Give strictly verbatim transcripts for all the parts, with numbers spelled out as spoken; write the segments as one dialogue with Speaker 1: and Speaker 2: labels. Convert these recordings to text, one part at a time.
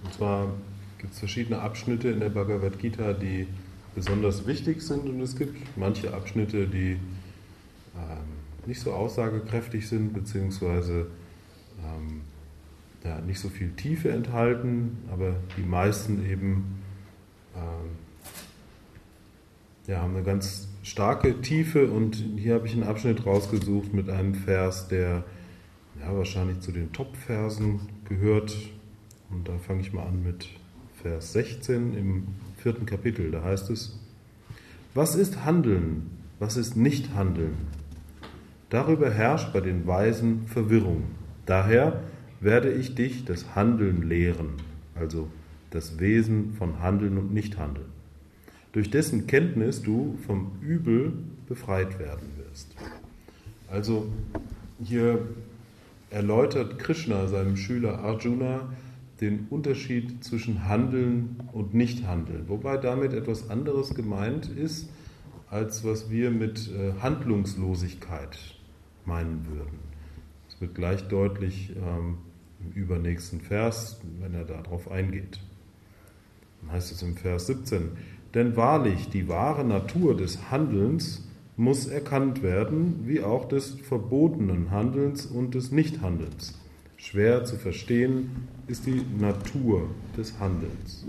Speaker 1: Und zwar gibt es verschiedene Abschnitte in der Bhagavad Gita, die besonders wichtig sind, und es gibt manche Abschnitte, die ähm, nicht so aussagekräftig sind, beziehungsweise ähm, ja, nicht so viel Tiefe enthalten, aber die meisten eben ähm, ja, haben eine ganz starke Tiefe, und hier habe ich einen Abschnitt rausgesucht mit einem Vers, der ja, wahrscheinlich zu den Top-Versen gehört, und da fange ich mal an mit Vers sechzehn im vierten Kapitel. Da heißt es: Was ist Handeln? Was ist Nicht-Handeln? Darüber herrscht bei den Weisen Verwirrung. Daher werde ich dich das Handeln lehren, also das Wesen von Handeln und Nichthandeln, durch dessen Kenntnis du vom Übel befreit werden wirst. Also hier erläutert Krishna seinem Schüler Arjuna den Unterschied zwischen Handeln und Nichthandeln, wobei damit etwas anderes gemeint ist, als was wir mit Handlungslosigkeit meinen würden. Das wird gleich deutlich ähm, im übernächsten Vers, wenn er darauf eingeht. Dann heißt es im Vers siebzehn: Denn wahrlich, die wahre Natur des Handelns muss erkannt werden, wie auch des verbotenen Handelns und des Nichthandelns. Schwer zu verstehen ist die Natur des Handelns.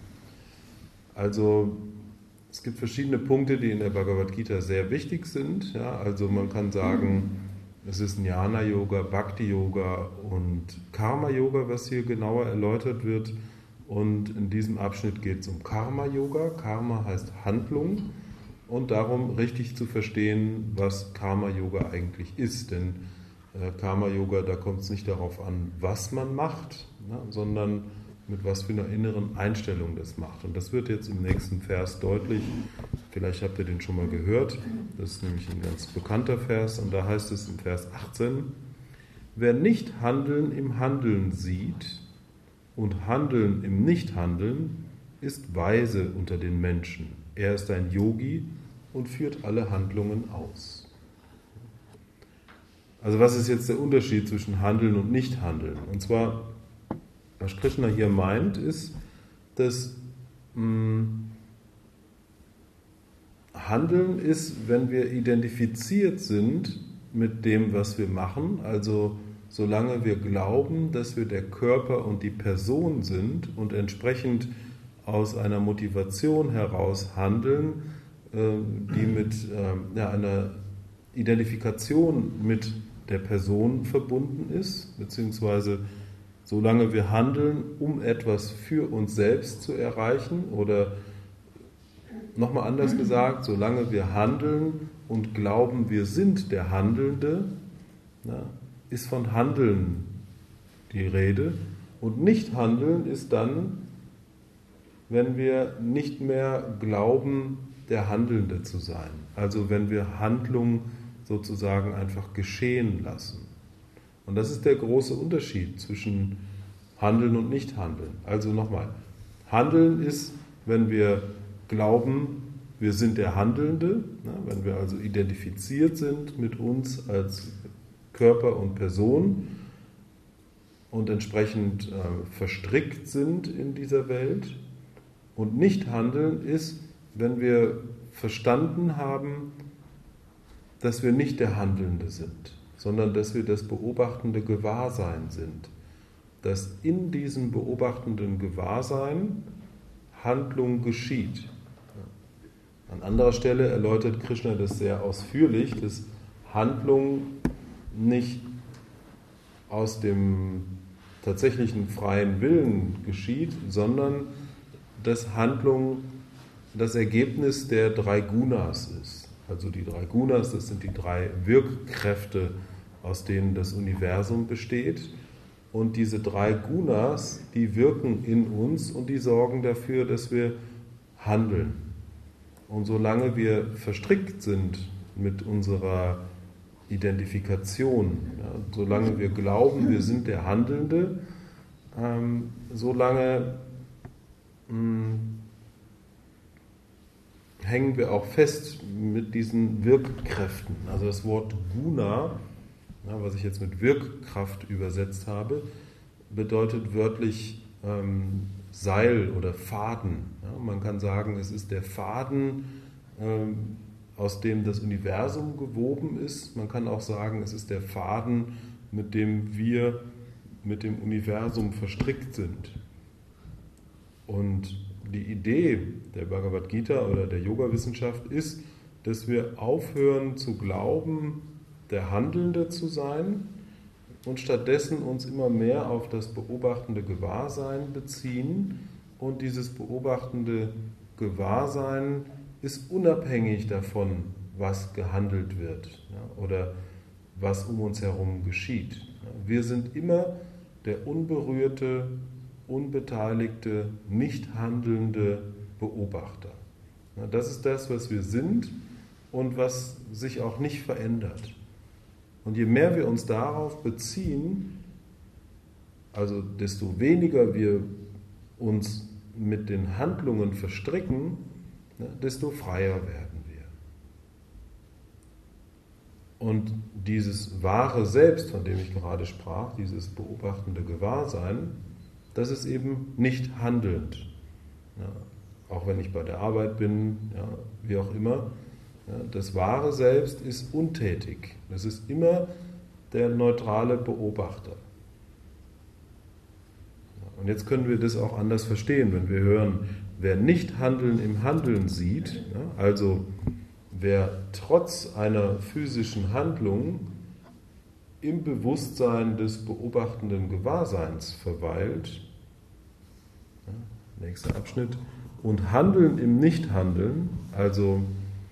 Speaker 1: Also es gibt verschiedene Punkte, die in der Bhagavad Gita sehr wichtig sind. Ja, also man kann sagen, es ist Jnana-Yoga, Bhakti-Yoga und Karma-Yoga, was hier genauer erläutert wird. Und in diesem Abschnitt geht es um Karma-Yoga. Karma heißt Handlung, und darum richtig zu verstehen, was Karma-Yoga eigentlich ist. Denn äh, Karma-Yoga, da kommt es nicht darauf an, was man macht, ne, sondern mit was für einer inneren Einstellung das macht. Und das wird jetzt im nächsten Vers deutlich. Vielleicht habt ihr den schon mal gehört. Das ist nämlich ein ganz bekannter Vers. Und da heißt es im Vers achtzehn: Wer nicht Handeln im Handeln sieht und Handeln im Nichthandeln, ist weise unter den Menschen. Er ist ein Yogi und führt alle Handlungen aus. Also was ist jetzt der Unterschied zwischen Handeln und Nichthandeln? Und zwar, was Krishna hier meint, ist, dass mh, Handeln ist, wenn wir identifiziert sind mit dem, was wir machen, also solange wir glauben, dass wir der Körper und die Person sind und entsprechend aus einer Motivation heraus handeln, die mit ja, einer Identifikation mit der Person verbunden ist, beziehungsweise solange wir handeln, um etwas für uns selbst zu erreichen, oder nochmal anders gesagt, solange wir handeln und glauben, wir sind der Handelnde, ja, ist von Handeln die Rede. Und Nicht-Handeln ist dann, wenn wir nicht mehr glauben, der Handelnde zu sein. Also wenn wir Handlung sozusagen einfach geschehen lassen. Und das ist der große Unterschied zwischen Handeln und Nichthandeln. Also nochmal, Handeln ist, wenn wir glauben, wir sind der Handelnde, wenn wir also identifiziert sind mit uns als Körper und Person und entsprechend äh, verstrickt sind in dieser Welt. Und Nichthandeln ist, wenn wir verstanden haben, dass wir nicht der Handelnde sind, sondern dass wir das beobachtende Gewahrsein sind. Dass in diesem beobachtenden Gewahrsein Handlung geschieht. An anderer Stelle erläutert Krishna das sehr ausführlich, dass Handlung nicht aus dem tatsächlichen freien Willen geschieht, sondern dass Handlung das Ergebnis der drei Gunas ist. Also die drei Gunas, das sind die drei Wirkkräfte, aus denen das Universum besteht. Und diese drei Gunas, die wirken in uns und die sorgen dafür, dass wir handeln. Und solange wir verstrickt sind mit unserer Identifikation, ja, solange wir glauben, wir sind der Handelnde, ähm, solange mh, hängen wir auch fest mit diesen Wirkkräften. Also das Wort Guna, ja, was ich jetzt mit Wirkkraft übersetzt habe, bedeutet wörtlich ähm, Seil oder Faden. Ja, man kann sagen, es ist der Faden, ähm, aus dem das Universum gewoben ist. Man kann auch sagen, es ist der Faden, mit dem wir mit dem Universum verstrickt sind. Und die Idee der Bhagavad Gita oder der Yoga-Wissenschaft ist, dass wir aufhören zu glauben, der Handelnde zu sein und stattdessen uns immer mehr auf das beobachtende Gewahrsein beziehen. Und dieses beobachtende Gewahrsein ist unabhängig davon, was gehandelt wird, ja, oder was um uns herum geschieht. Ja, wir sind immer der unberührte, unbeteiligte, nicht handelnde Beobachter. Ja, das ist das, was wir sind und was sich auch nicht verändert. Und je mehr wir uns darauf beziehen, also desto weniger wir uns mit den Handlungen verstricken, ja, desto freier werden wir. Und dieses wahre Selbst, von dem ich gerade sprach, dieses beobachtende Gewahrsein, das ist eben nicht handelnd. Ja, auch wenn ich bei der Arbeit bin, ja, wie auch immer. Ja, das wahre Selbst ist untätig. Das ist immer der neutrale Beobachter. Ja, und jetzt können wir das auch anders verstehen, wenn wir hören, wer nicht Handeln im Handeln sieht, ja, also wer trotz einer physischen Handlung im Bewusstsein des beobachtenden Gewahrseins verweilt, ja, nächster Abschnitt, und Handeln im Nichthandeln, also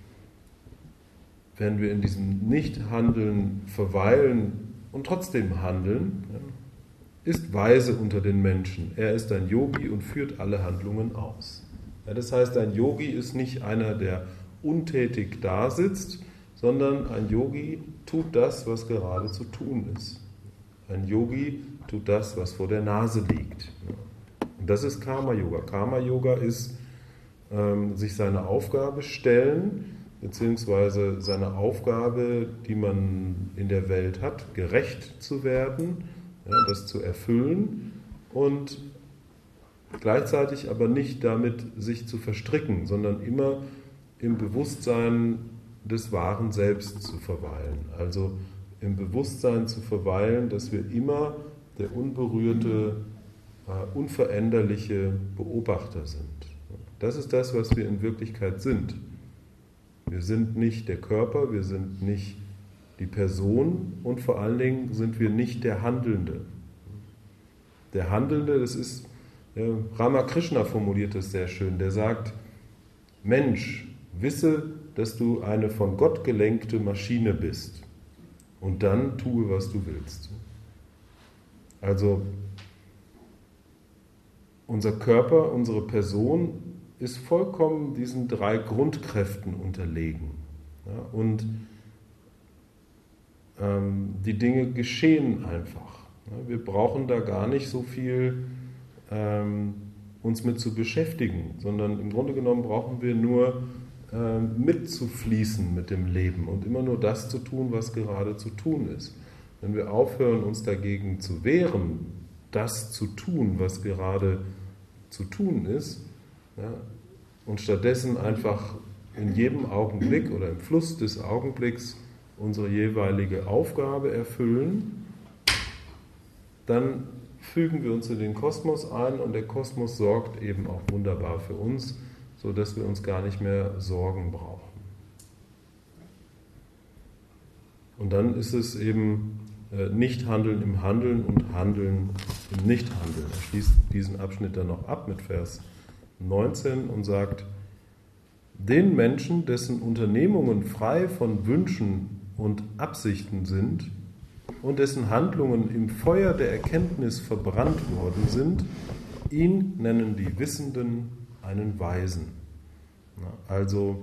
Speaker 1: wenn wir in diesem Nichthandeln verweilen und trotzdem handeln, ja, ist weise unter den Menschen. Er ist ein Yogi und führt alle Handlungen aus. Ja, das heißt, ein Yogi ist nicht einer, der untätig dasitzt, sondern ein Yogi tut das, was gerade zu tun ist. Ein Yogi tut das, was vor der Nase liegt. Und das ist Karma-Yoga. Karma-Yoga ist ähm, sich seine Aufgabe stellen, beziehungsweise seine Aufgabe, die man in der Welt hat, gerecht zu werden, ja, das zu erfüllen und gleichzeitig aber nicht damit sich zu verstricken, sondern immer im Bewusstsein des wahren Selbst zu verweilen. Also im Bewusstsein zu verweilen, dass wir immer der unberührte, äh, unveränderliche Beobachter sind. Das ist das, was wir in Wirklichkeit sind. Wir sind nicht der Körper, wir sind nicht die Person und vor allen Dingen sind wir nicht der Handelnde. Der Handelnde, das ist, äh, Ramakrishna formuliert es sehr schön, der sagt, Mensch, wisse, dass du eine von Gott gelenkte Maschine bist und dann tue, was du willst. Also unser Körper, unsere Person ist vollkommen diesen drei Grundkräften unterlegen. Ja, und ähm, die Dinge geschehen einfach. Ja, wir brauchen da gar nicht so viel ähm, uns mit zu beschäftigen, sondern im Grunde genommen brauchen wir nur äh, mitzufließen mit dem Leben und immer nur das zu tun, was gerade zu tun ist. Wenn wir aufhören, uns dagegen zu wehren, das zu tun, was gerade zu tun ist, ja, und stattdessen einfach in jedem Augenblick oder im Fluss des Augenblicks unsere jeweilige Aufgabe erfüllen, dann fügen wir uns in den Kosmos ein und der Kosmos sorgt eben auch wunderbar für uns, sodass wir uns gar nicht mehr Sorgen brauchen. Und dann ist es eben äh, Nichthandeln im Handeln und Handeln im Nichthandeln. Er schließt diesen Abschnitt dann noch ab mit Vers neunzehn und sagt, den Menschen, dessen Unternehmungen frei von Wünschen und Absichten sind und dessen Handlungen im Feuer der Erkenntnis verbrannt worden sind, ihn nennen die Wissenden einen Weisen. Also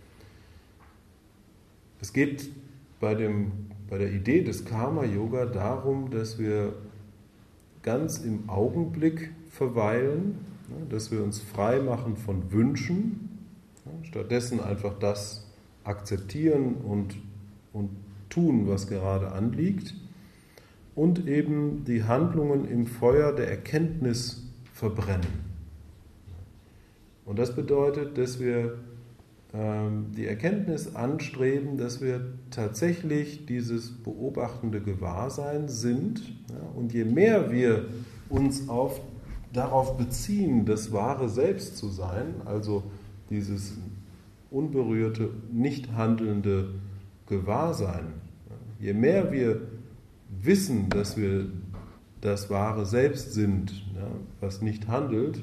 Speaker 1: es geht bei, dem, bei der Idee des Karma-Yoga darum, dass wir ganz im Augenblick verweilen, dass wir uns frei machen von Wünschen, stattdessen einfach das akzeptieren und, und tun, was gerade anliegt, und eben die Handlungen im Feuer der Erkenntnis verbrennen. Und das bedeutet, dass wir ähm, die Erkenntnis anstreben, dass wir tatsächlich dieses beobachtende Gewahrsein sind. Ja, und je mehr wir uns auf, darauf beziehen, das wahre Selbst zu sein, also dieses unberührte, nicht handelnde Gewahrsein, ja, je mehr wir wissen, dass wir das wahre Selbst sind, ja, was nicht handelt,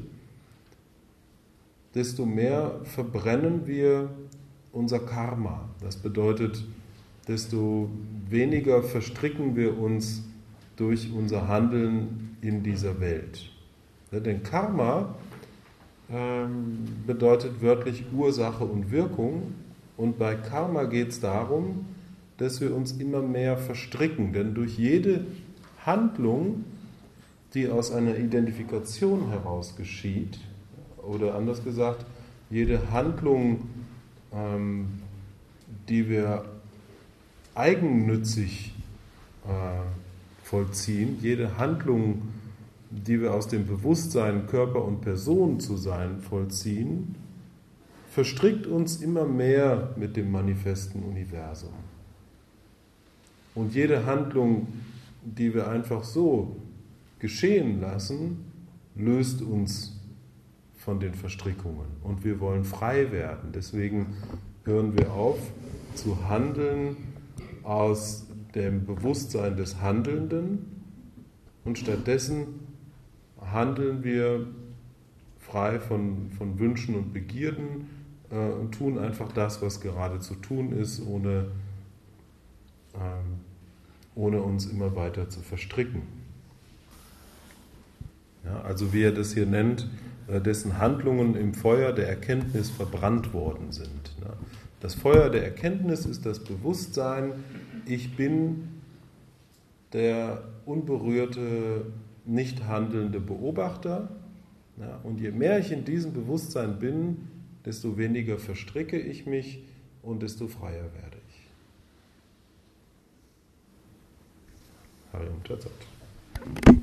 Speaker 1: desto mehr verbrennen wir unser Karma. Das bedeutet, desto weniger verstricken wir uns durch unser Handeln in dieser Welt. Ja, denn Karma ähm, bedeutet wörtlich Ursache und Wirkung. Und bei Karma geht es darum, dass wir uns immer mehr verstricken. Denn durch jede Handlung, die aus einer Identifikation heraus geschieht, oder anders gesagt, jede Handlung, ähm, die wir eigennützig äh, vollziehen, jede Handlung, die wir aus dem Bewusstsein, Körper und Person zu sein vollziehen, verstrickt uns immer mehr mit dem manifesten Universum. Und jede Handlung, die wir einfach so geschehen lassen, löst uns von den Verstrickungen. Und wir wollen frei werden. Deswegen hören wir auf zu handeln aus dem Bewusstsein des Handelnden und stattdessen handeln wir frei von, von Wünschen und Begierden äh, und tun einfach das, was gerade zu tun ist, ohne, ähm, ohne uns immer weiter zu verstricken. Ja, also wie er das hier nennt, dessen Handlungen im Feuer der Erkenntnis verbrannt worden sind. Das Feuer der Erkenntnis ist das Bewusstsein, ich bin der unberührte, nicht handelnde Beobachter. Und je mehr ich in diesem Bewusstsein bin, desto weniger verstricke ich mich und desto freier werde ich. Hari Om Tat Sat.